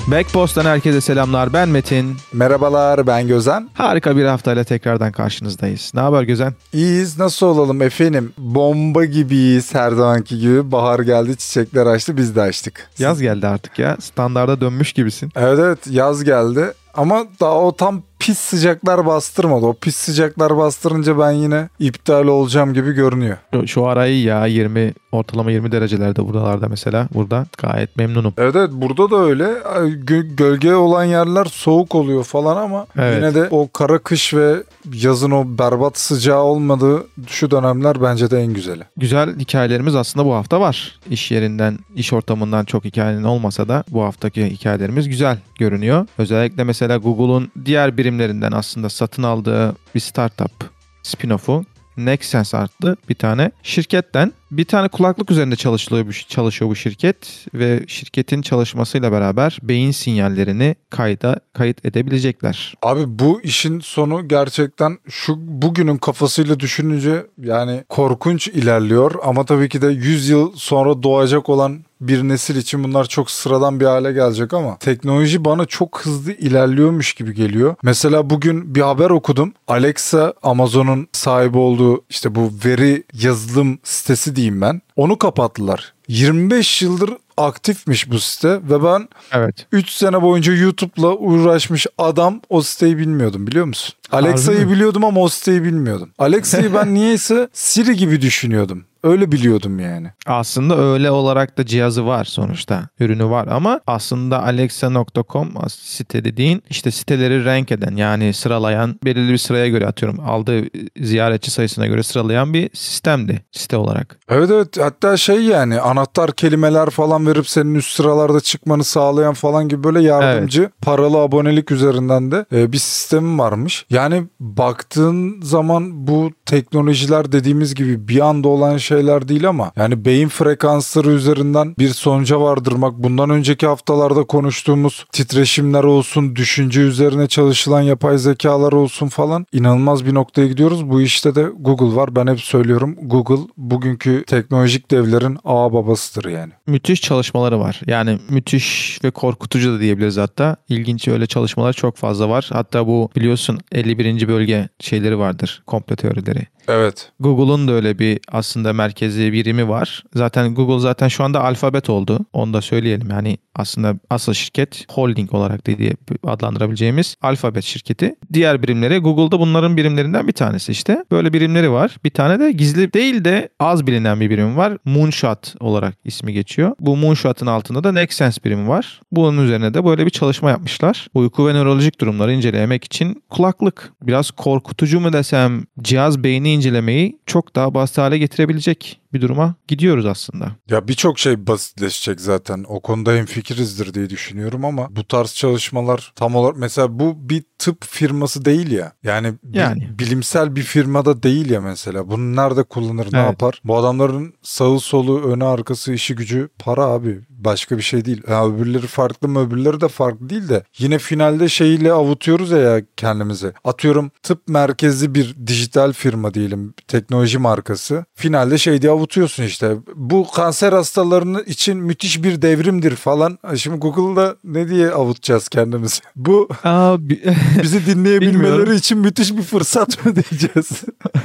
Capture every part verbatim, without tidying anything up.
Backpost'tan herkese selamlar. Ben Metin. Merhabalar, ben Gözen. Harika bir haftayla tekrardan karşınızdayız. Ne haber Gözen? İyiyiz, nasıl olalım efendim? Bomba gibiyiz her zamanki gibi. Bahar geldi, çiçekler açtı, biz de açtık. Yaz geldi artık ya. Standarda dönmüş gibisin. Evet evet, yaz geldi. Ama daha o tam pis sıcaklar bastırmadı. O pis sıcaklar bastırınca ben yine iptal olacağım gibi görünüyor. Şu ara iyi ya. yirmi ortalama yirmi derecelerde buralarda mesela. Burada gayet memnunum. Evet evet, burada da öyle. Gö- gölge olan yerler soğuk oluyor falan ama evet, yine de o kara kış ve yazın o berbat sıcağı olmadığı şu dönemler bence de en güzeli. Güzel hikayelerimiz aslında bu hafta var. İş yerinden, iş ortamından çok hikayenin olmasa da bu haftaki hikayelerimiz güzel görünüyor. Özellikle mesela Google'un diğer birimlerinden aslında satın aldığı bir startup spin-off'u Nexense adlı bir tane şirketten bir tane kulaklık üzerinde çalışıyor bu, çalışıyor bu şirket ve şirketin çalışmasıyla beraber beyin sinyallerini kayda kayıt edebilecekler. Abi bu işin sonu gerçekten şu bugünün kafasıyla düşününce yani korkunç ilerliyor ama tabii ki de yüz yıl sonra doğacak olan bir nesil için bunlar çok sıradan bir hale gelecek ama teknoloji bana çok hızlı ilerliyormuş gibi geliyor. Mesela bugün bir haber okudum. Alexa, Amazon'un sahibi olduğu işte bu veri yazılım sitesi diyeyim ben. Onu kapattılar. yirmi beş yıldır aktifmiş bu site ve ben evet. üç sene boyunca YouTube'la uğraşmış adam o siteyi bilmiyordum, biliyor musun? Alexa'yı biliyordum ama o siteyi bilmiyordum. Alexa'yı ben niyeyse Siri gibi düşünüyordum. Öyle biliyordum yani. Aslında öyle olarak da cihazı var sonuçta. Ürünü var ama aslında alexa nokta com site dediğin işte siteleri rank eden, yani sıralayan, belirli bir sıraya göre atıyorum aldığı ziyaretçi sayısına göre sıralayan bir sistemdi site olarak. Evet evet, hatta şey yani anahtar kelimeler falan verip senin üst sıralarda çıkmanı sağlayan falan gibi böyle yardımcı evet. paralı abonelik üzerinden de e, bir sistemi varmış. Yani baktığın zaman bu teknolojiler dediğimiz gibi bir anda olan şeyler değil ama yani beyin frekansları üzerinden bir sonuca vardırmak, bundan önceki haftalarda konuştuğumuz titreşimler olsun, düşünce üzerine çalışılan yapay zekalar olsun falan inanılmaz bir noktaya gidiyoruz. Bu işte de Google var. Ben hep söylüyorum, Google bugünkü teknolojik devlerin ağ babasıdır yani. Müthiş çalışmaları var. Yani müthiş ve korkutucu da diyebiliriz hatta. İlginç öyle çalışmalar çok fazla var. Hatta bu biliyorsun elli birinci bölge şeyleri vardır. Komplo teorileri. Evet. Google'un da öyle bir aslında merkezi birimi var. Zaten Google zaten şu anda alfabet oldu. Onu da söyleyelim. Yani aslında asıl şirket holding olarak diye adlandırabileceğimiz alfabet şirketi. Diğer birimleri Google'da bunların birimlerinden bir tanesi işte. Böyle birimleri var. Bir tane de gizli değil de az bilinen bir birim var. Moonshot olarak ismi geçiyor. Bu Moonshot'ın altında da Nexense birimi var. Bunun üzerine de böyle bir çalışma yapmışlar. Uyku ve nörolojik durumları incelemek için kulaklık. Biraz korkutucu mu desem, cihaz beyni incelemeyi çok daha basit hale getirebilecek bir duruma gidiyoruz aslında. Ya birçok şey basitleşecek zaten. O konuda hemfikirizdir diye düşünüyorum ama bu tarz çalışmalar tam olarak mesela bu bir tıp firması değil ya. Yani, yani. Bir, bilimsel bir firmada değil ya mesela. Bunu nerede kullanır, evet. ne yapar? Bu adamların sağı solu, önü arkası, işi gücü para abi. Başka bir şey değil. Ya öbürleri farklı mı, öbürleri de farklı değil de yine finalde şeyle avutuyoruz ya, ya kendimizi. Atıyorum tıp merkezli bir dijital firma diyelim, teknoloji markası. Finalde şey diye avutuyorsun işte. Bu kanser hastalarının için müthiş bir devrimdir falan. Şimdi Google'da ne diye avutacağız kendimizi? Bu Abi, bizi dinleyebilmeleri için müthiş bir fırsat mı diyeceğiz?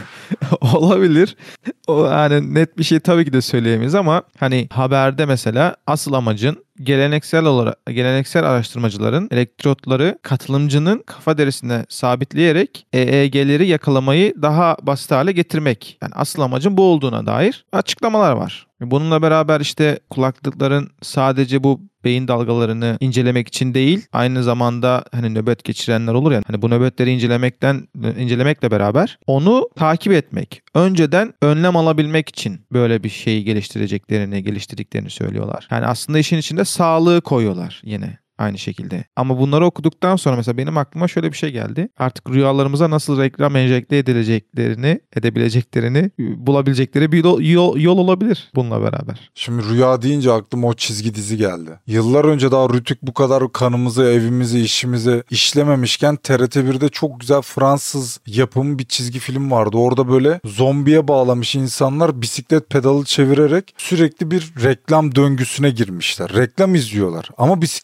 Olabilir. O yani net bir şey tabii ki de söyleyemeyiz ama hani haberde mesela asıl amacın geleneksel olarak geleneksel araştırmacıların elektrotları katılımcının kafa derisine sabitleyerek E E G'leri yakalamayı daha basit hale getirmek. Yani asıl amacın bu olduğuna dair açıklamalar var. Bununla beraber işte kulaklıkların sadece bu beyin dalgalarını incelemek için değil, aynı zamanda hani nöbet geçirenler olur ya, hani bu nöbetleri incelemekten incelemekle beraber onu takip etmek, önceden önlem alabilmek için böyle bir şeyi geliştireceklerini, geliştirdiklerini söylüyorlar. Yani aslında işin içinde sağlığı koyuyorlar yine. Aynı şekilde. Ama bunları okuduktan sonra mesela benim aklıma şöyle bir şey geldi. Artık rüyalarımıza nasıl reklam enjekte edileceklerini, edebileceklerini bulabilecekleri bir yol, yol, yol olabilir bununla beraber. Şimdi rüya deyince aklıma o çizgi dizi geldi. Yıllar önce daha Rütük bu kadar kanımızı, evimizi, işimizi işlememişken T R T birde çok güzel Fransız yapımı bir çizgi film vardı. Orada böyle zombiye bağlamış insanlar bisiklet pedalı çevirerek sürekli bir reklam döngüsüne girmişler. Reklam izliyorlar ama bisiklet çeviriyorlar.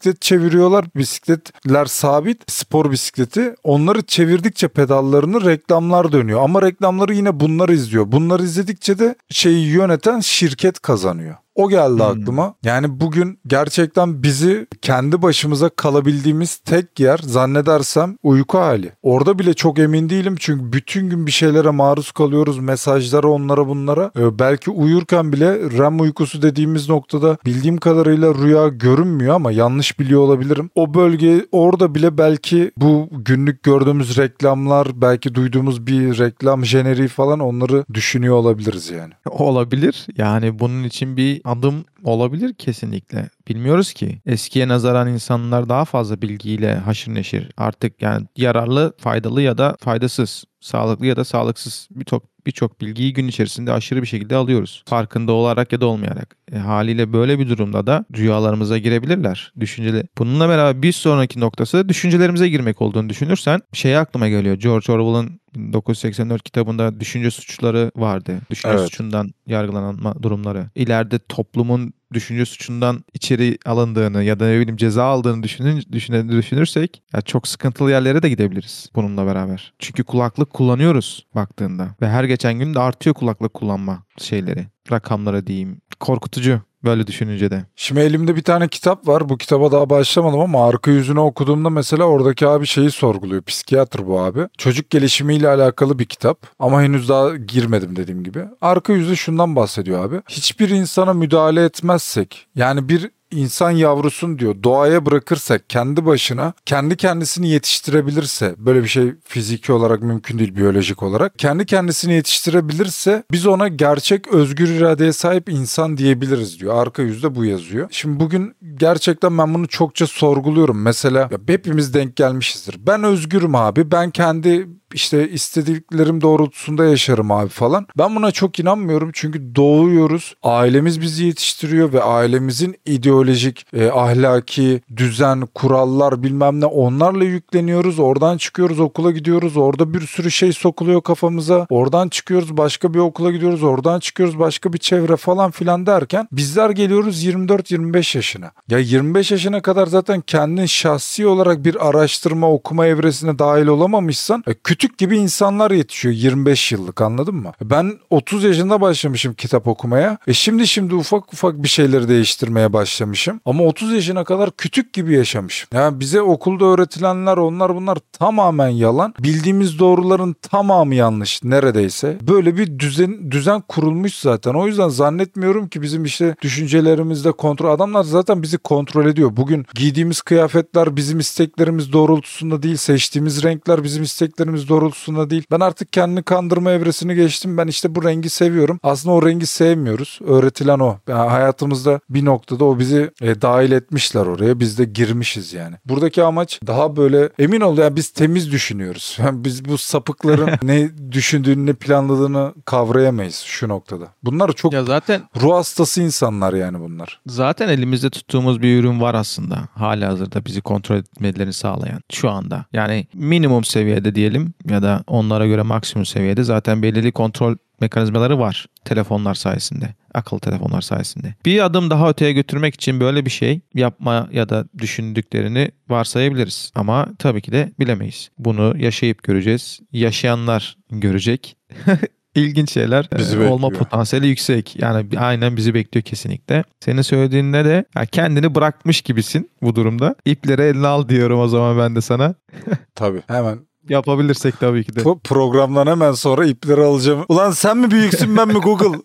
çeviriyorlar. Bisikletler sabit, spor bisikleti. Onları çevirdikçe pedallarını reklamlar dönüyor. Ama reklamları yine bunlar izliyor. Bunları izledikçe de şeyi yöneten şirket kazanıyor. O geldi hmm. aklıma. Yani bugün gerçekten bizi kendi başımıza kalabildiğimiz tek yer zannedersem uyku hali. Orada bile çok emin değilim çünkü bütün gün bir şeylere maruz kalıyoruz. Mesajlara, onlara bunlara. Ee, belki uyurken bile R E M uykusu dediğimiz noktada bildiğim kadarıyla rüya görünmüyor ama yanlış biliyor olabilirim. O bölge orada bile belki bu günlük gördüğümüz reklamlar, belki duyduğumuz bir reklam jeneriği falan onları düşünüyor olabiliriz yani. Olabilir. Yani bunun için bir adım olabilir kesinlikle. Bilmiyoruz ki. Eskiye nazaran insanlar daha fazla bilgiyle haşır neşir. Artık yani yararlı, faydalı ya da faydasız, sağlıklı ya da sağlıksız birçok birçok bilgiyi gün içerisinde aşırı bir şekilde alıyoruz. Farkında olarak ya da olmayarak. E, haliyle böyle bir durumda da rüyalarımıza girebilirler. Düşünceli. Bununla beraber bir sonraki noktası düşüncelerimize girmek olduğunu düşünürsen şey aklıma geliyor. George Orwell'ın bin dokuz yüz seksen dört kitabında düşünce suçları vardı. Düşünce evet. suçundan yargılanma durumları. İleride toplumun düşünce suçundan içeri alındığını ya da ne bileyim ceza aldığını düşünün, düşünür, düşünürsek ya çok sıkıntılı yerlere de gidebiliriz bununla beraber. Çünkü kulaklık kullanıyoruz baktığında ve her geçen gün de artıyor kulaklık kullanma şeyleri. Rakamlara diyeyim. Korkutucu. Böyle düşününce de. Şimdi elimde bir tane kitap var. Bu kitaba daha başlamadım ama arka yüzünü okuduğumda mesela oradaki abi şeyi sorguluyor. Psikiyatr bu abi. Çocuk gelişimiyle alakalı bir kitap. Ama henüz daha girmedim dediğim gibi. Arka yüzü şundan bahsediyor abi. Hiçbir insana müdahale etmezsek, yani bir İnsan yavrusun diyor doğaya bırakırsak kendi başına kendi kendisini yetiştirebilirse, böyle bir şey fiziki olarak mümkün değil, biyolojik olarak kendi kendisini yetiştirebilirse biz ona gerçek özgür iradeye sahip insan diyebiliriz diyor. Arka yüzde bu yazıyor. Şimdi bugün gerçekten ben bunu çokça sorguluyorum. Mesela ya hepimiz denk gelmişizdir. Ben özgürüm abi, ben kendi işte istediklerim doğrultusunda yaşarım abi falan. Ben buna çok inanmıyorum çünkü doğuyoruz. Ailemiz bizi yetiştiriyor ve ailemizin ideolojik, e, ahlaki, düzen, kurallar bilmem ne onlarla yükleniyoruz. Oradan çıkıyoruz, okula gidiyoruz. Orada bir sürü şey sokuluyor kafamıza. Oradan çıkıyoruz, başka bir okula gidiyoruz. Oradan çıkıyoruz, başka bir çevre falan filan derken bizler geliyoruz yirmi dört yirmi beş yaşına. Ya yirmi beş yaşına kadar zaten kendin şahsi olarak bir araştırma, okuma evresine dahil olamamışsan e, kütük gibi insanlar yetişiyor yirmi beş yıllık, anladın mı? Ben otuz yaşında başlamışım kitap okumaya. E şimdi şimdi ufak ufak bir şeyleri değiştirmeye başlamışım. Ama otuz yaşına kadar kütük gibi yaşamışım. Yani bize okulda öğretilenler, onlar bunlar tamamen yalan. Bildiğimiz doğruların tamamı yanlış neredeyse. Böyle bir düzen düzen kurulmuş zaten. O yüzden zannetmiyorum ki bizim işte düşüncelerimizde kontrol. Adamlar zaten bizi kontrol ediyor. Bugün giydiğimiz kıyafetler bizim isteklerimiz doğrultusunda değil. Seçtiğimiz renkler bizim isteklerimiz doğrultusunda değil. Ben artık kendini kandırma evresini geçtim. Ben işte bu rengi seviyorum. Aslında o rengi sevmiyoruz. Öğretilen o. Yani hayatımızda bir noktada o bizi e, dahil etmişler oraya. Biz de girmişiz yani. Buradaki amaç daha böyle emin ol yani biz temiz düşünüyoruz. Yani biz bu sapıkların ne düşündüğünü, ne planladığını kavrayamayız şu noktada. Bunlar çok ya zaten ruh hastası insanlar yani bunlar. Zaten elimizde tuttuğumuz bir ürün var aslında. Halihazırda bizi kontrol etmelerini sağlayan şu anda. Yani minimum seviyede diyelim ya da onlara göre maksimum seviyede zaten belirli kontrol mekanizmaları var telefonlar sayesinde, akıllı telefonlar sayesinde. Bir adım daha öteye götürmek için böyle bir şey yapma ya da düşündüklerini varsayabiliriz. Ama tabii ki de bilemeyiz. Bunu yaşayıp göreceğiz. Yaşayanlar görecek. İlginç şeyler bizi olma bekliyor. Potansiyeli yüksek. Yani aynen bizi bekliyor kesinlikle. Senin söylediğinde de ya kendini bırakmış gibisin bu durumda. İpleri eline al diyorum o zaman ben de sana. Tabii hemen. Yapabilirsek tabii ki de. Pro- programdan hemen sonra ipleri alacağım. Ulan sen mi büyüksün ben mi Google?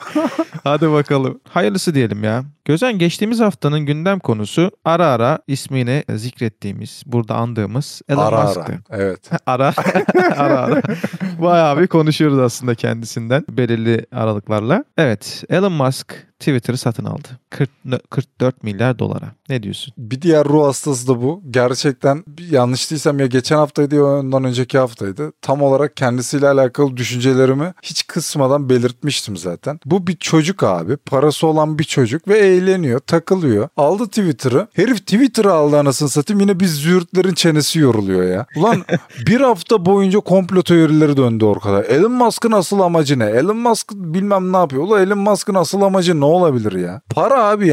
Hadi bakalım. Hayırlısı diyelim ya. Gözen geçtiğimiz haftanın gündem konusu ara ara ismini zikrettiğimiz, burada andığımız Elon ara Musk'tı. Ara evet. ara ara ara. Bayağı bir konuşuyoruz aslında kendisinden belirli aralıklarla. Evet, Elon Musk Twitter'ı satın aldı. kırk, kırk dört milyar dolara. Ne diyorsun? Bir diğer ruh hastası da bu. Gerçekten yanlış değilsem ya geçen haftaydı ya ondan önceki haftaydı. Tam olarak kendisiyle alakalı düşüncelerimi hiç kısmadan belirtmiştim zaten. Bu bir çocuk abi. Parası olan bir çocuk ve eğleniyor, takılıyor. Aldı Twitter'ı. Herif Twitter'ı aldı anasını satayım. Yine biz züğürtlerin çenesi yoruluyor ya. Ulan bir hafta boyunca komplo teorileri döndü ortada. Elon Musk'ın asıl amacı ne? Elon Musk bilmem ne yapıyor. Ulan Elon Musk'ın asıl amacı ne olabilir ya? Para abi yani.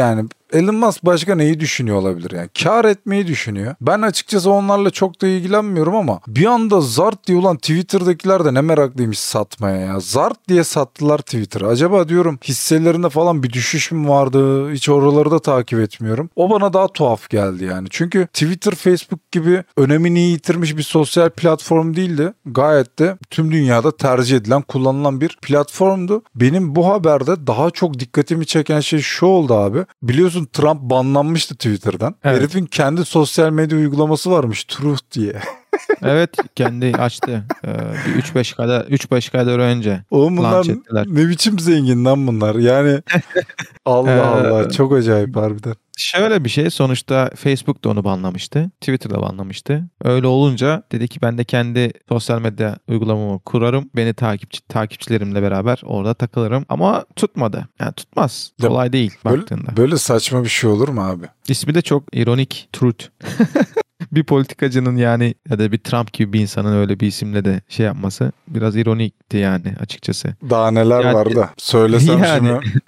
Elon Musk başka neyi düşünüyor olabilir yani? Kar etmeyi düşünüyor. Ben açıkçası onlarla çok da ilgilenmiyorum ama bir anda zart diye ulan Twitter'dakiler de ne meraklıymış satmaya ya. Zart diye sattılar Twitter'ı. Acaba diyorum hisselerinde falan bir düşüş mü vardı? Hiç oraları da takip etmiyorum. O bana daha tuhaf geldi yani. Çünkü Twitter, Facebook gibi önemini yitirmiş bir sosyal platform değildi. Gayet de tüm dünyada tercih edilen, kullanılan bir platformdu. Benim bu haberde daha çok dikkatimi çeken şey şu oldu abi. Biliyorsun Trump banlanmıştı Twitter'dan. Evet. Herifin kendi sosyal medya uygulaması varmış, Truth diye. Evet, kendi açtı. Ee, bir üç beş kadar üç beş kadar önce. Oğlum bunlar ne biçim zengin lan bunlar? Yani Allah Allah, çok acayip harbiden. Şöyle bir şey, sonuçta Facebook da onu banlamıştı. Twitter da banlamıştı. Öyle olunca dedi ki ben de kendi sosyal medya uygulamamı kurarım. Beni takipçi takipçilerimle beraber orada takılırım. Ama tutmadı. Yani tutmaz. Ya, kolay değil böyle, baktığında. Böyle saçma bir şey olur mu abi? İsmi de çok ironik. Truth. Bir politikacının yani ya da bir Trump gibi bir insanın öyle bir isimle de şey yapması biraz ironikti yani açıkçası. Daha neler yani, var da söylesem yani, şimdi.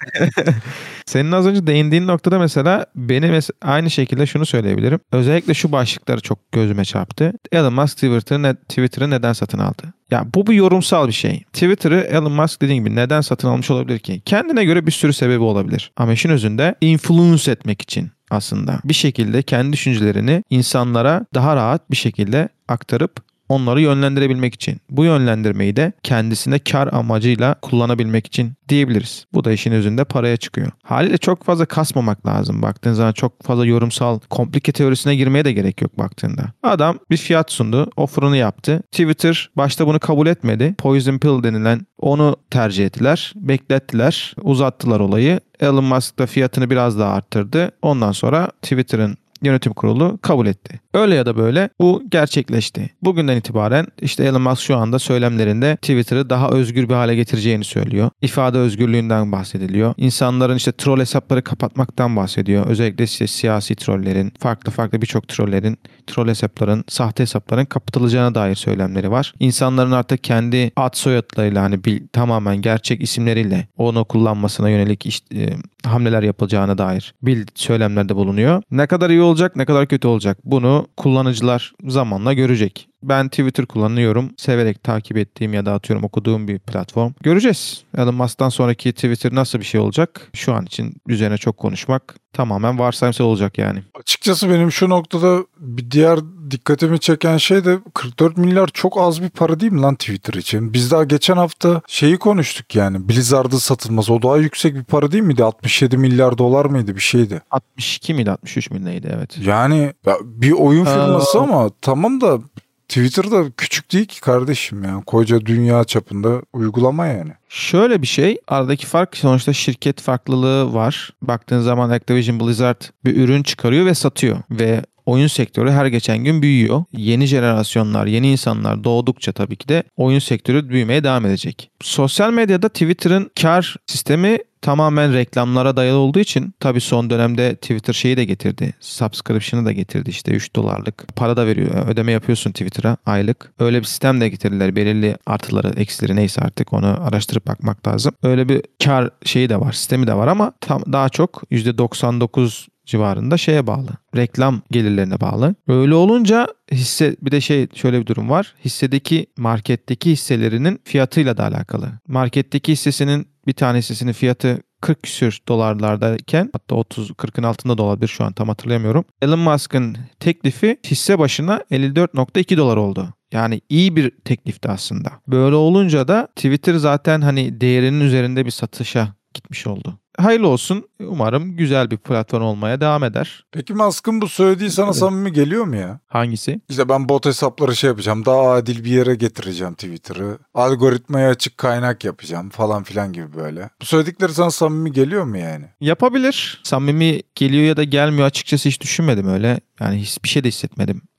Senin az önce değindiğin noktada mesela beni mes- aynı şekilde şunu söyleyebilirim. Özellikle şu başlıkları çok gözüme çarptı. Elon Musk Twitter'ı, ne- Twitter'ı neden satın aldı? Ya bu bir yorumsal bir şey. Twitter'ı Elon Musk dediğim gibi neden satın almış olabilir ki? Kendine göre bir sürü sebebi olabilir. Ama işin özünde influence etmek için aslında bir şekilde kendi düşüncelerini insanlara daha rahat bir şekilde aktarıp onları yönlendirebilmek için. Bu yönlendirmeyi de kendisine kar amacıyla kullanabilmek için diyebiliriz. Bu da işin özünde paraya çıkıyor. Haliyle çok fazla kasmamak lazım baktığın zaman. Çok fazla yorumsal komplike teorisine girmeye de gerek yok baktığında. Adam bir fiyat sundu. Offer'ını yaptı. Twitter başta bunu kabul etmedi. Poison pill denilen onu tercih ettiler. Beklettiler. Uzattılar olayı. Elon Musk da fiyatını biraz daha arttırdı. Ondan sonra Twitter'ın yönetim kurulu kabul etti. Öyle ya da böyle bu gerçekleşti. Bugünden itibaren işte Elon Musk şu anda söylemlerinde Twitter'ı daha özgür bir hale getireceğini söylüyor. İfade özgürlüğünden bahsediliyor. İnsanların işte troll hesapları kapatmaktan bahsediyor. Özellikle işte siyasi trollerin, farklı farklı birçok trollerin, troll hesapların, sahte hesapların kapatılacağına dair söylemleri var. İnsanların artık kendi ad soyadlarıyla hani bir, tamamen gerçek isimleriyle onu kullanmasına yönelik işte, e, hamleler yapılacağına dair bir söylemlerde bulunuyor. Ne kadar iyi olacak, ne kadar kötü olacak bunu kullanıcılar zamanla görecek. Ben Twitter kullanıyorum. Severek takip ettiğim ya da atıyorum okuduğum bir platform. Göreceğiz. Elon Musk'tan sonraki Twitter nasıl bir şey olacak? Şu an için üzerine çok konuşmak tamamen varsayımsal olacak yani. Açıkçası benim şu noktada bir diğer dikkatimi çeken şey de kırk dört milyar çok az bir para değil mi lan Twitter için? Biz daha geçen hafta şeyi konuştuk yani. Blizzard'ın satılması o daha yüksek bir para değil miydi? altmış yedi milyar dolar mıydı, bir şeydi? altmış iki miydi, altmış üç miydi neydi, evet. Yani bir oyun firması Aa, ama tamam da Twitter'da küçük değil ki kardeşim yani. Koca dünya çapında uygulama yani. Şöyle bir şey, aradaki fark sonuçta şirket farklılığı var. Baktığın zaman Activision Blizzard bir ürün çıkarıyor ve satıyor ve oyun sektörü her geçen gün büyüyor. Yeni jenerasyonlar, yeni insanlar doğdukça tabii ki de oyun sektörü büyümeye devam edecek. Sosyal medyada Twitter'ın kar sistemi tamamen reklamlara dayalı olduğu için tabii son dönemde Twitter şeyi de getirdi. Subscription'ı da getirdi, işte üç dolarlık para da veriyor. Ödeme yapıyorsun Twitter'a aylık. Öyle bir sistem de getirdiler. Belirli artıları, eksileri neyse artık onu araştırıp bakmak lazım. Öyle bir kar şeyi de var, sistemi de var ama tam daha çok yüzde doksan dokuz civarında şeye bağlı. Reklam gelirlerine bağlı. Öyle olunca hisse, bir de şey, şöyle bir durum var. Hissedeki, marketteki hisselerinin fiyatıyla da alakalı. Marketteki hissesinin bir tane hissesinin fiyatı kırk küsür dolarlardayken, hatta otuz kırkın altında da olabilir, şu an tam hatırlayamıyorum. Elon Musk'ın teklifi hisse başına elli dört nokta iki dolar oldu. Yani iyi bir teklifti aslında. Böyle olunca da Twitter zaten hani değerinin üzerinde bir satışa gitmiş oldu. Hayırlı olsun. Umarım güzel bir platform olmaya devam eder. Peki Musk'ın bu söylediği sana evet. samimi geliyor mu ya? Hangisi? İşte ben bot hesapları şey yapacağım. Daha adil bir yere getireceğim Twitter'ı. Algoritmaya açık kaynak yapacağım falan filan gibi böyle. Bu söyledikleri sana samimi geliyor mu yani? Yapabilir. Samimi geliyor ya da gelmiyor açıkçası hiç düşünmedim öyle. Yani hiçbir şey de hissetmedim.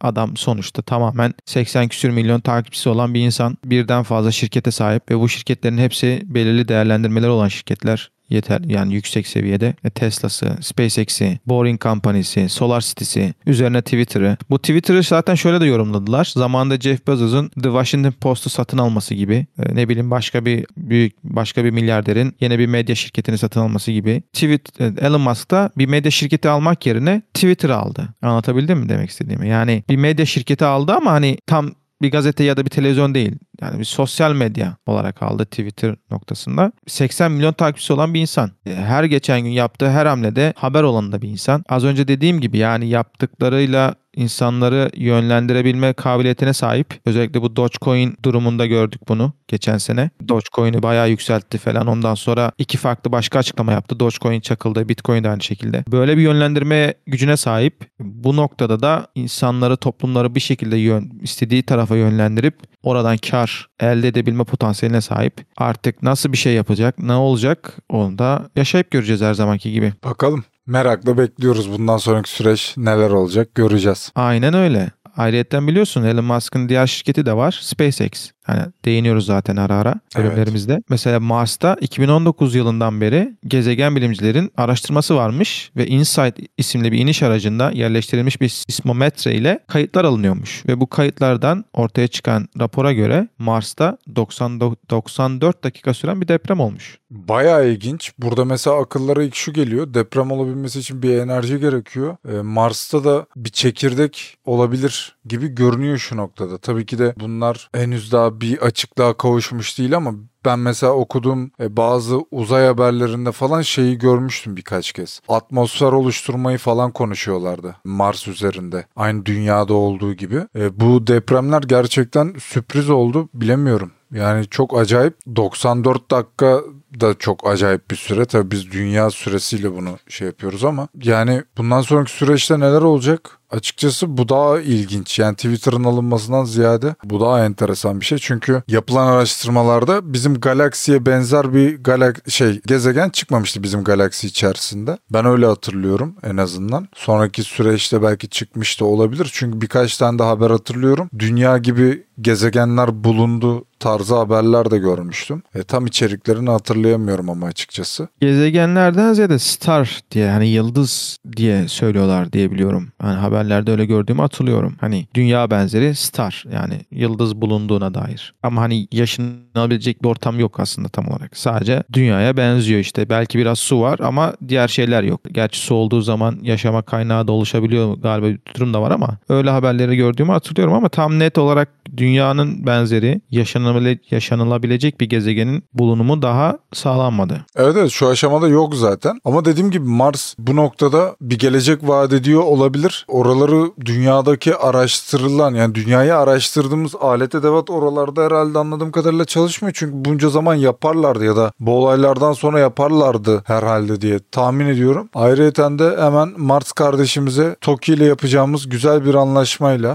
Adam sonuçta tamamen seksen küsür milyon takipçisi olan bir insan. Birden fazla şirkete sahip ve bu şirketlerin hepsi belirli değerlendirmeleri olan şirketler. Yeter yani yüksek seviyede. E, Tesla'sı, SpaceX'i, Boring Company'si, SolarCity'si, üzerine Twitter'ı. Bu Twitter'ı zaten şöyle de yorumladılar. Zamanında Jeff Bezos'un The Washington Post'u satın alması gibi. E, ne bileyim başka bir büyük başka bir milyarderin yine bir medya şirketini satın alması gibi. Tweet, Elon Musk da bir medya şirketi almak yerine Twitter'ı aldı. Anlatabildim mi demek istediğimi? Yani bir medya şirketi aldı ama hani tam bir gazete ya da bir televizyon değil. Yani bir sosyal medya olarak aldı Twitter noktasında. seksen milyon takipçisi olan bir insan. Her geçen gün yaptığı her hamlede haber olan da bir insan. Az önce dediğim gibi yani yaptıklarıyla insanları yönlendirebilme kabiliyetine sahip. Özellikle bu Dogecoin durumunda gördük bunu geçen sene. Dogecoin'i bayağı yükseltti falan. Ondan sonra iki farklı başka açıklama yaptı. Dogecoin çakıldı, Bitcoin de aynı şekilde. Böyle bir yönlendirme gücüne sahip. Bu noktada da insanları, toplumları bir şekilde yön, istediği tarafa yönlendirip oradan kar elde edebilme potansiyeline sahip. Artık nasıl bir şey yapacak, ne olacak onu da yaşayıp göreceğiz her zamanki gibi. Bakalım. Merakla bekliyoruz bundan sonraki süreç neler olacak göreceğiz. Aynen öyle. Ayrıyeten biliyorsun Elon Musk'ın diğer şirketi de var. SpaceX. Hani değiniyoruz zaten ara ara bölümlerimizde. Evet. Mesela Mars'ta iki bin on dokuz yılından beri gezegen bilimcilerin araştırması varmış ve InSight isimli bir iniş aracında yerleştirilmiş bir sismometre ile kayıtlar alınıyormuş. Ve bu kayıtlardan ortaya çıkan rapora göre Mars'ta doksan doksan dört dakika süren bir deprem olmuş. Bayağı ilginç. Burada mesela akıllara ilk şu geliyor. Deprem olabilmesi için bir enerji gerekiyor. Ee, Mars'ta da bir çekirdek olabilir gibi görünüyor şu noktada. Tabii ki de bunlar henüz daha bir açıklığa kavuşmuş değil ama ben mesela okuduğum bazı uzay haberlerinde falan şeyi görmüştüm birkaç kez. Atmosfer oluşturmayı falan konuşuyorlardı Mars üzerinde. Aynı dünyada olduğu gibi. E, bu depremler gerçekten sürpriz oldu. Bilemiyorum. Yani çok acayip. doksan dört dakika da çok acayip bir süre. Tabii biz dünya süresiyle bunu şey yapıyoruz ama yani bundan sonraki süreçte neler olacak? Açıkçası bu daha ilginç. Yani Twitter'ın alınmasından ziyade bu daha enteresan bir şey. Çünkü yapılan araştırmalarda bizim galaksiye benzer bir galak şey gezegen çıkmamıştı bizim galaksi içerisinde. Ben öyle hatırlıyorum en azından. Sonraki süreçte belki çıkmış da olabilir. Çünkü birkaç tane de haber hatırlıyorum. Dünya gibi gezegenler bulundu tarzı haberler de görmüştüm. E, tam içeriklerini hatırlayamıyorum ama açıkçası. Gezegenlerden ziyade star diye hani yıldız diye söylüyorlar diye biliyorum. Hani haberlerde öyle gördüğümü hatırlıyorum. Hani dünya benzeri star yani yıldız bulunduğuna dair. Ama hani yaşanabilecek bir ortam yok aslında tam olarak. Sadece dünyaya benziyor işte. Belki biraz su var ama diğer şeyler yok. Gerçi su olduğu zaman yaşama kaynağı da oluşabiliyor galiba bir durum da var ama öyle haberleri gördüğümü hatırlıyorum ama tam net olarak dünyanın benzeri yaşanabile- yaşanılabilecek bir gezegenin bulunumu daha sağlanmadı. Evet evet şu aşamada yok zaten. Ama dediğim gibi Mars bu noktada bir gelecek vaat ediyor olabilir. Oraları dünyadaki araştırılan yani dünyayı araştırdığımız alet edevat oralarda herhalde anladığım kadarıyla çalışmıyor. Çünkü bunca zaman yaparlardı ya da bu olaylardan sonra yaparlardı herhalde diye tahmin ediyorum. Ayrıyeten de hemen Mars kardeşimize TOKİ ile yapacağımız güzel bir anlaşmayla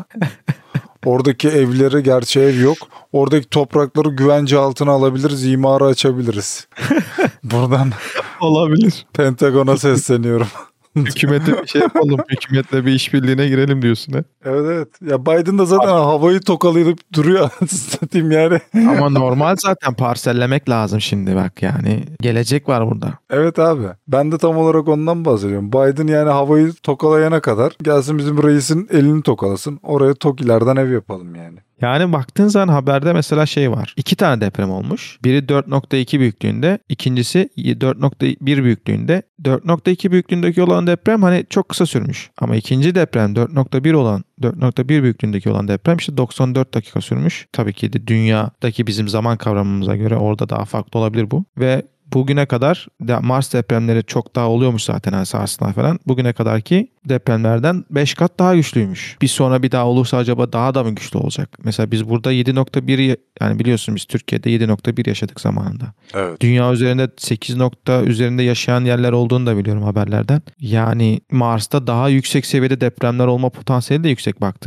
oradaki evleri, gerçi ev yok. Oradaki toprakları güvence altına alabiliriz, imarı açabiliriz. Buradan olabilir. Pentagon'a sesleniyorum. Hükümete bir şey yapalım. Hükümetle bir işbirliğine girelim diyorsun ha. Evet evet. Ya Biden da zaten Abi. havayı tokalayıp duruyor. Satayım yani. Ama normal zaten parsellemek lazım şimdi bak yani. Gelecek var burada. Evet abi. Ben de tam olarak ondan bahsediyorum. Biden yani havayı tokalayana kadar gelsin bizim reisin elini tokalasın. Oraya TOKİ'lerden ev yapalım yani. Yani baktığın zaman haberde mesela şey var. İki tane deprem olmuş. Biri dört nokta iki büyüklüğünde, ikincisi dört nokta bir büyüklüğünde. dört nokta iki büyüklüğündeki olan deprem hani çok kısa sürmüş. Ama ikinci deprem dört nokta bir olan dört nokta bir büyüklüğündeki olan deprem işte doksan dört dakika sürmüş. Tabii ki de dünyadaki bizim zaman kavramımıza göre orada daha farklı olabilir bu. Ve bugüne kadar Mars depremleri çok daha oluyormuş zaten hani sarsıntılar falan. Bugüne kadarki depremlerden beş kat daha güçlüymüş. Bir sonra bir daha olursa acaba daha da mı güçlü olacak? Mesela biz burada yedi nokta bir yani biliyorsun biz Türkiye'de yedi nokta bir yaşadık zamanında. Evet. Dünya üzerinde sekiz nokta üzerinde yaşayan yerler olduğunu da biliyorum haberlerden. Yani Mars'ta daha yüksek seviyede depremler olma potansiyeli de yüksek baktığında.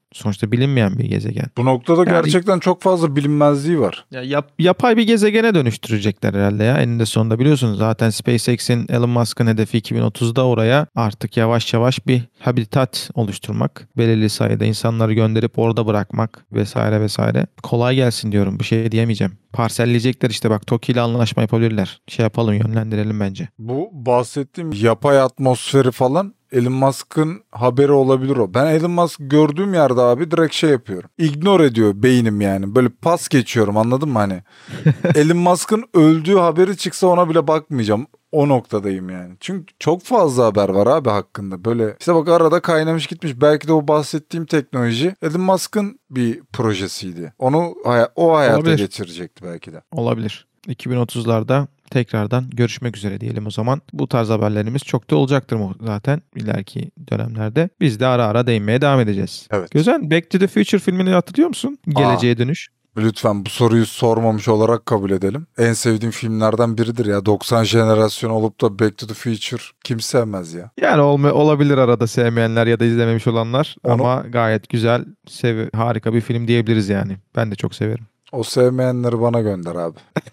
Sonuçta bilinmeyen bir gezegen. Bu noktada yani, gerçekten çok fazla bilinmezliği var. Ya yap, yapay bir gezegene dönüştürecekler herhalde ya. Eninde sonunda biliyorsunuz zaten SpaceX'in, Elon Musk'ın hedefi iki bin otuzda oraya artık yavaş yavaş bir habitat oluşturmak. Belirli sayıda insanları gönderip orada bırakmak vesaire vesaire. Kolay gelsin diyorum. Bir şey diyemeyeceğim. Parselleyecekler işte, bak TOKİ ile anlaşma yapabilirler. Şey yapalım, yönlendirelim bence. Bu bahsettiğim yapay atmosferi falan Elon Musk'ın haberi olabilir o. Ben Elon Musk gördüğüm yerde abi direkt şey yapıyorum. Ignore ediyor beynim yani. Böyle pas geçiyorum, anladın mı hani? Elon Musk'ın öldüğü haberi çıksa ona bile bakmayacağım. O noktadayım yani. Çünkü çok fazla haber var abi hakkında. Böyle işte bak arada kaynamış gitmiş. Belki de o bahsettiğim teknoloji Elon Musk'ın bir projesiydi. Onu o hayata Olabilir. geçirecekti belki de. Olabilir. iki bin otuzlarda tekrardan görüşmek üzere diyelim o zaman. Bu tarz haberlerimiz çok da olacaktır mu zaten ileriki dönemlerde. Biz de ara ara değinmeye devam edeceğiz. Evet. Güzel. Back to the Future filmini hatırlıyor musun? Geleceğe Aa. Dönüş. Lütfen bu soruyu sormamış olarak kabul edelim. En sevdiğim filmlerden biridir ya. doksan jenerasyonu olup da Back to the Future kim sevmez ya? Yani olma, olabilir arada sevmeyenler ya da izlememiş olanlar. Onu... Ama gayet güzel, sev harika bir film diyebiliriz yani. Ben de çok severim. O sevmeyenleri bana gönder abi.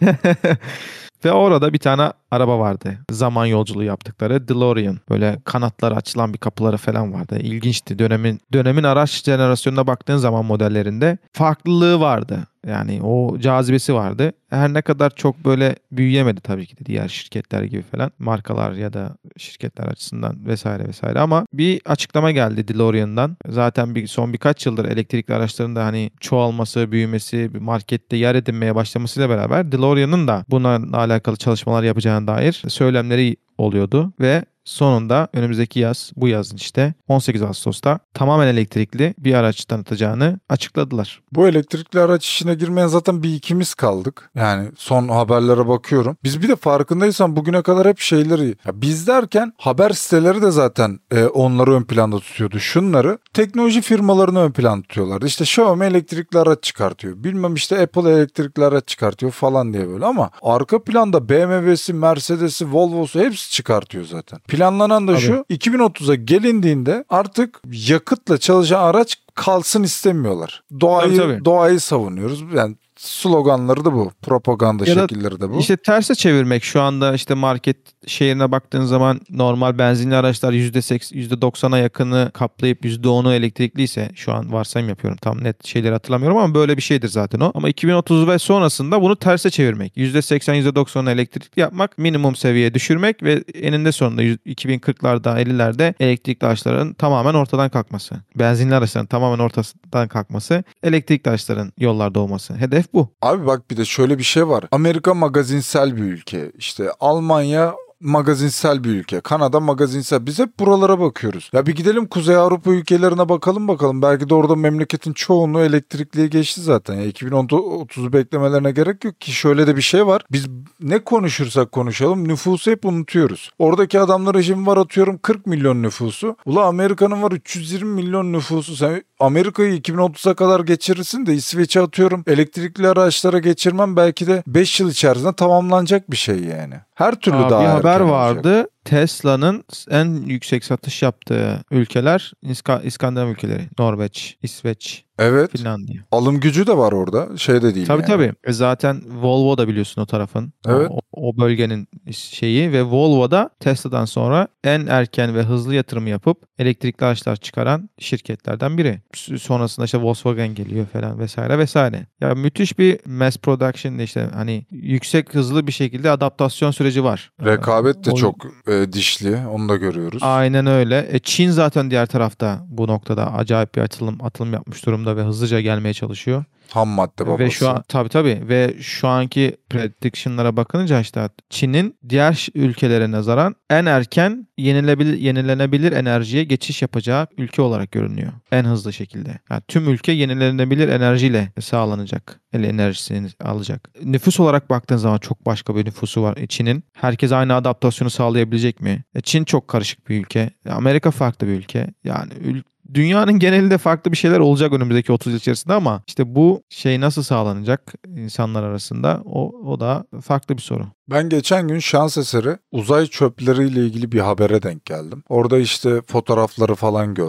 Ve orada bir tane araba vardı. Zaman yolculuğu yaptıkları DeLorean. Böyle kanatları açılan bir kapıları falan vardı. İlginçti. Dönemin dönemin araç jenerasyonuna baktığın zaman modellerinde farklılığı vardı. Yani o cazibesi vardı. Her ne kadar çok böyle büyüyemedi tabii ki de diğer şirketler gibi falan. Markalar ya da şirketler açısından vesaire vesaire. Ama bir açıklama geldi DeLorean'dan. Zaten bir, son birkaç yıldır elektrikli araçların da hani çoğalması, büyümesi, markette yer edinmeye başlamasıyla beraber DeLorean'ın da bununla alakalı çalışmalar yapacağına dair söylemleri oluyordu ve sonunda önümüzdeki yaz, bu yazın işte on sekiz Ağustos'ta tamamen elektrikli bir araç tanıtacağını açıkladılar. Bu elektrikli araç işine girmeyen zaten bir ikimiz kaldık. Yani son haberlere bakıyorum. Biz bir de farkındaysan bugüne kadar hep şeyleri, ya biz derken haber siteleri de zaten e, onları ön planda tutuyordu. Şunları teknoloji firmalarını ön planda tutuyorlardı. İşte Xiaomi elektrikli araç çıkartıyor. Bilmem işte Apple elektrikli araç çıkartıyor falan diye böyle, ama arka planda B M W'si, Mercedes'i, Volvo'su hepsi çıkartıyor zaten. Planlanan da Tabii. şu, iki bin otuza gelindiğinde artık yakıtla çalışan araç kalsın istemiyorlar. Doğayı tabii, tabii. doğayı savunuyoruz. Yani sloganları da bu. Propaganda ya şekilleri de bu. İşte terse çevirmek. Şu anda işte market şehrine baktığın zaman normal benzinli araçlar yüzde seksen, yüzde doksana yakını kaplayıp yüzde onu elektrikliyse, şu an varsayım yapıyorum, tam net şeyleri hatırlamıyorum ama böyle bir şeydir zaten o. Ama iki bin otuz ve sonrasında bunu terse çevirmek. yüzde seksen, yüzde doksan elektrikli yapmak, minimum seviyeye düşürmek ve eninde sonunda iki bin kırklarda, ellilerde elektrikli araçların tamamen ortadan kalkması. Benzinli araçların tamamen ortadan kalkması, elektrikli araçların yollarda olması. Hedef bu. Abi bak bir de şöyle bir şey var. Amerika magazinsel bir ülke. İşte Almanya magazinsel bir ülke. Kanada magazinsel. Biz hep buralara bakıyoruz. Ya bir gidelim Kuzey Avrupa ülkelerine bakalım bakalım. Belki de orada memleketin çoğunluğu elektrikliye geçti zaten. Ya iki bin otuzu beklemelerine gerek yok ki. Şöyle de bir şey var. Biz ne konuşursak konuşalım nüfusu hep unutuyoruz. Oradaki adamların şimdi var atıyorum kırk milyon nüfusu. Ula Amerika'nın var üç yüz yirmi milyon nüfusu. Sen Amerika'yı iki bin otuza kadar geçirirsin de İsveç'e atıyorum elektrikli araçlara geçirmem belki de beş yıl içerisinde tamamlanacak bir şey yani. Her türlü Aa, daha bir haber vardı. Olacak. Tesla'nın en yüksek satış yaptığı ülkeler İska- İskandinav ülkeleri. Norveç, İsveç, evet. Finlandiya. Alım gücü de var orada. Şey de değil tabii yani. Tabii tabii. Zaten Volvo da biliyorsun o tarafın. Evet. O, o bölgenin şeyi ve Volvo da Tesla'dan sonra en erken ve hızlı yatırım yapıp elektrikli araçlar çıkaran şirketlerden biri. Sonrasında işte Volkswagen geliyor falan vesaire vesaire. Ya müthiş bir mass production, işte hani yüksek hızlı bir şekilde adaptasyon süreci var. Rekabet de o, çok e, dişli. Onu da görüyoruz. Aynen öyle. E, Çin zaten diğer tarafta bu noktada acayip bir atılım atılım yapmış durumda ve hızlıca gelmeye çalışıyor. Ham madde babası. Ve şu an tabii tabii ve şu anki prediction'lara bakınca işte Çin'in diğer ülkelere nazaran en erken yenilebilir yenilenebilir enerjiye geçiş yapacağı ülke olarak görünüyor. En hızlı şekilde. Yani tüm ülke yenilenebilir enerjiyle sağlanacak. Ele enerjisini alacak. Nüfus olarak baktığın zaman çok başka bir nüfusu var Çin'in. Herkes aynı adaptasyonu sağlayabilecek mi? Çin çok karışık bir ülke. Amerika farklı bir ülke. Yani ül- Dünyanın genelinde farklı bir şeyler olacak önümüzdeki otuz yıl içerisinde ama işte bu şey nasıl sağlanacak insanlar arasında o, o da farklı bir soru. Ben geçen gün şans eseri uzay çöpleriyle ilgili bir habere denk geldim. Orada işte fotoğrafları falan gördüm.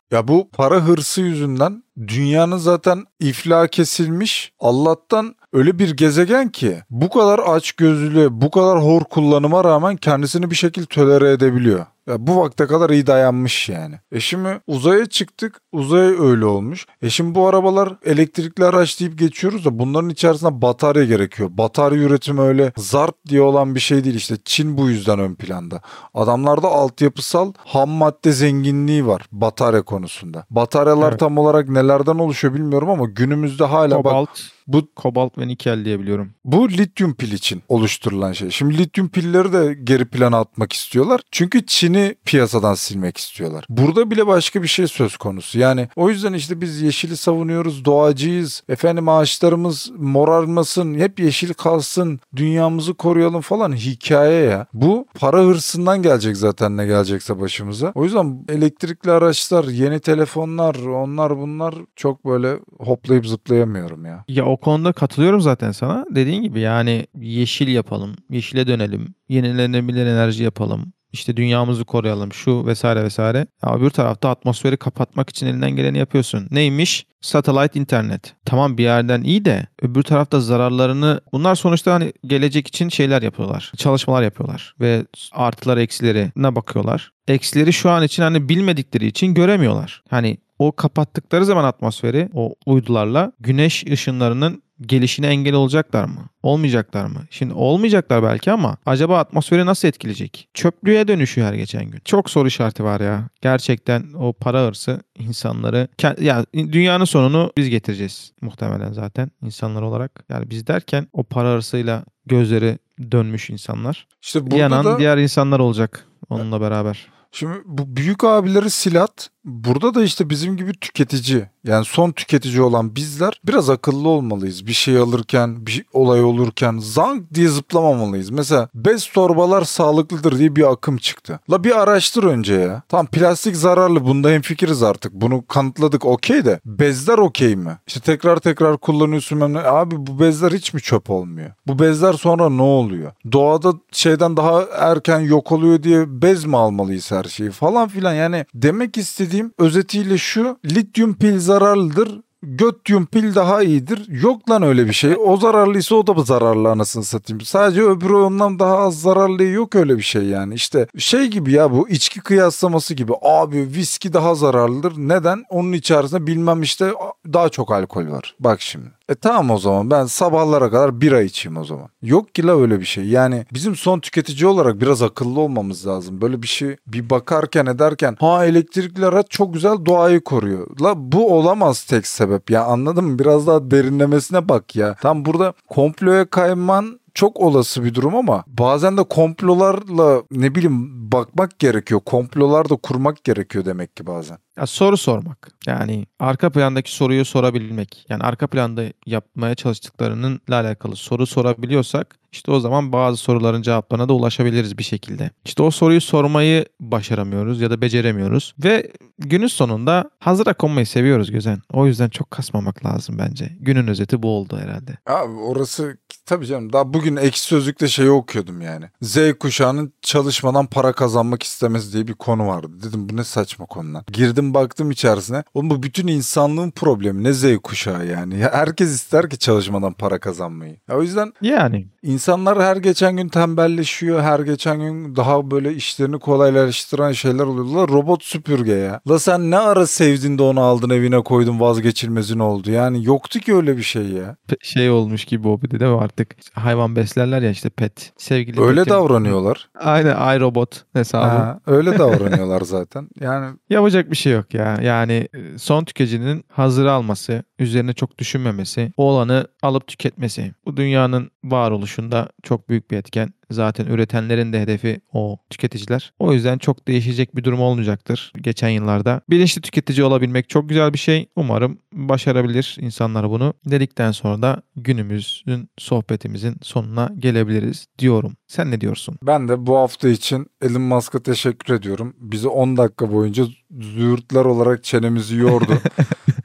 Ya bu para hırsı yüzünden dünyanın zaten iflah kesilmiş. Allah'tan öyle bir gezegen ki bu kadar açgözlü, bu kadar hor kullanıma rağmen kendisini bir şekilde tolere edebiliyor. Ya bu vakte kadar iyi dayanmış yani. E şimdi uzaya çıktık. Uzay öyle olmuş. E şimdi bu arabalar elektrikli araç deyip geçiyoruz da bunların içerisinde batarya gerekiyor. Batarya üretimi öyle zart diye olan bir şey değil. İşte Çin bu yüzden ön planda. Adamlarda altyapısal ham madde zenginliği var batarya konusunda. Bataryalar evet. Tam olarak nelerden oluşuyor bilmiyorum ama günümüzde hala Kobalt. bak... Bu kobalt ve nikel diye biliyorum. Bu lityum pil için oluşturulan şey. Şimdi lityum pilleri de geri plana atmak istiyorlar. Çünkü Çin'i piyasadan silmek istiyorlar. Burada bile başka bir şey söz konusu. Yani o yüzden işte biz yeşili savunuyoruz, doğacıyız. Efendim ağaçlarımız morarmasın, hep yeşil kalsın, dünyamızı koruyalım falan hikaye ya. Bu para hırsından gelecek zaten ne gelecekse başımıza. O yüzden elektrikli araçlar, yeni telefonlar, onlar bunlar çok böyle hoplayıp zıplayamıyorum ya. Ya o konuda katılıyorum zaten sana. Dediğin gibi yani yeşil yapalım, yeşile dönelim, yenilenebilir enerji yapalım. İşte dünyamızı koruyalım şu vesaire vesaire. Ya öbür tarafta atmosferi kapatmak için elinden geleni yapıyorsun. Neymiş? Satellite internet. Tamam bir yerden iyi de öbür tarafta zararlarını bunlar sonuçta hani gelecek için şeyler yapıyorlar. Çalışmalar yapıyorlar ve artılar eksilerine bakıyorlar. Eksileri şu an için hani bilmedikleri için göremiyorlar. Hani o kapattıkları zaman atmosferi o uydularla güneş ışınlarının gelişine engel olacaklar mı? Olmayacaklar mı? Şimdi olmayacaklar belki ama acaba atmosferi nasıl etkileyecek? Çöplüğe dönüşüyor her geçen gün. Çok soru işareti var ya. Gerçekten o para hırsı insanları ya dünyanın sonunu biz getireceğiz muhtemelen zaten insanlar olarak. Yani biz derken o para hırsıyla gözleri dönmüş insanlar. İşte burada yanan da... diğer insanlar olacak onunla beraber. Şimdi bu büyük abileri silat, burada da işte bizim gibi tüketici, yani son tüketici olan bizler biraz akıllı olmalıyız. Bir şey alırken, bir olay olurken zank diye zıplamamalıyız. Mesela bez torbalar sağlıklıdır diye bir akım çıktı. La bir araştır önce ya. Tam plastik zararlı, bunda hemfikiriz artık. Bunu kanıtladık okey de bezler okey mi? İşte tekrar tekrar kullanıyorsun. Abi bu bezler hiç mi çöp olmuyor? Bu bezler sonra ne oluyor? Doğada şeyden daha erken yok oluyor diye bez mi almalıyız her şeyi falan filan. Yani demek istediğim özetiyle şu: lityum pil zararlıdır, götyum pil daha iyidir. Yok lan öyle bir şey. O zararlıysa o da mı zararlı anasını satayım. Sadece öbürü ondan daha az zararlı, yok öyle bir şey yani. İşte şey gibi ya, bu içki kıyaslaması gibi. Abi viski daha zararlıdır. Neden? Onun içerisinde bilmem işte daha çok alkol var. Bak şimdi. E tamam o zaman ben sabahlara kadar bira içeyim o zaman. Yok ki la öyle bir şey. Yani bizim son tüketici olarak biraz akıllı olmamız lazım. Böyle bir şey bir bakarken ederken ha elektrikli araç çok güzel doğayı koruyor. La bu olamaz tek sebep ya, anladın mı? Biraz daha derinlemesine bak ya. Tam burada komploya kayman çok olası bir durum ama bazen de komplolarla ne bileyim bakmak gerekiyor. Komplolar da kurmak gerekiyor demek ki bazen. Ya soru sormak. Yani arka plandaki soruyu sorabilmek. Yani arka planda yapmaya çalıştıklarının ile alakalı soru sorabiliyorsak işte o zaman bazı soruların cevaplarına da ulaşabiliriz bir şekilde. İşte o soruyu sormayı başaramıyoruz ya da beceremiyoruz. Ve günün sonunda hazıra konmayı seviyoruz Gözen. O yüzden çok kasmamak lazım bence. Günün özeti bu oldu herhalde. Abi orası tabii canım. Daha bugün Ekşi Sözlük'te şeyi okuyordum yani. Z kuşağının çalışmadan para kazanmak istemesi diye bir konu vardı. Dedim bu ne saçma konular. Girdim baktım içerisine. Oğlum bu bütün insanlığın problemi. Ne Z kuşağı yani. Ya herkes ister ki çalışmadan para kazanmayı. Ya o yüzden yani insanlar her geçen gün tembelleşiyor. Her geçen gün daha böyle işlerini kolaylaştıran şeyler oluyor. La robot süpürge ya. La sen ne ara sevdin de onu aldın evine koydun, vazgeçilmezin oldu. Yani yoktu ki öyle bir şey ya. Şey olmuş gibi o bir de değil mi artık? Hayvan beslerler ya işte pet. Sevgili öyle petim. davranıyorlar. Aynen iRobot hesabı. Ha, öyle davranıyorlar zaten. Yani yapacak bir şey yok ya. Yani son tüketicinin hazırı alması, üzerine çok düşünmemesi, o olanı alıp tüketmesi. Bu dünyanın varoluşunda çok büyük bir etken. Zaten üretenlerin de hedefi o tüketiciler. O yüzden çok değişecek bir durum olmayacaktır geçen yıllarda. Bilinçli tüketici olabilmek çok güzel bir şey. Umarım başarabilir insanlar bunu. Dedikten sonra da günümüzün, sohbetimizin sonuna gelebiliriz diyorum. Sen ne diyorsun? Ben de bu hafta için Elon Musk'a teşekkür ediyorum. Bizi on dakika boyunca züğürtler olarak çenemizi yordu.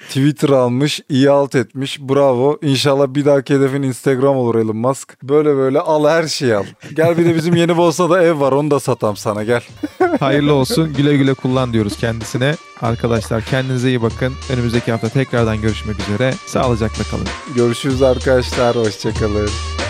Twitter almış, iyi alt etmiş. Bravo. İnşallah bir dahaki hedefin Instagram olur Elon Musk. Böyle böyle al, her şeyi al. Gel bir de bizim yeni Bosna'da ev var, onu da satam sana, gel. Hayırlı olsun. Güle güle kullan diyoruz kendisine. Arkadaşlar kendinize iyi bakın. Önümüzdeki hafta tekrardan görüşmek üzere. Sağlıcakla kalın. Görüşürüz arkadaşlar. Hoşçakalın.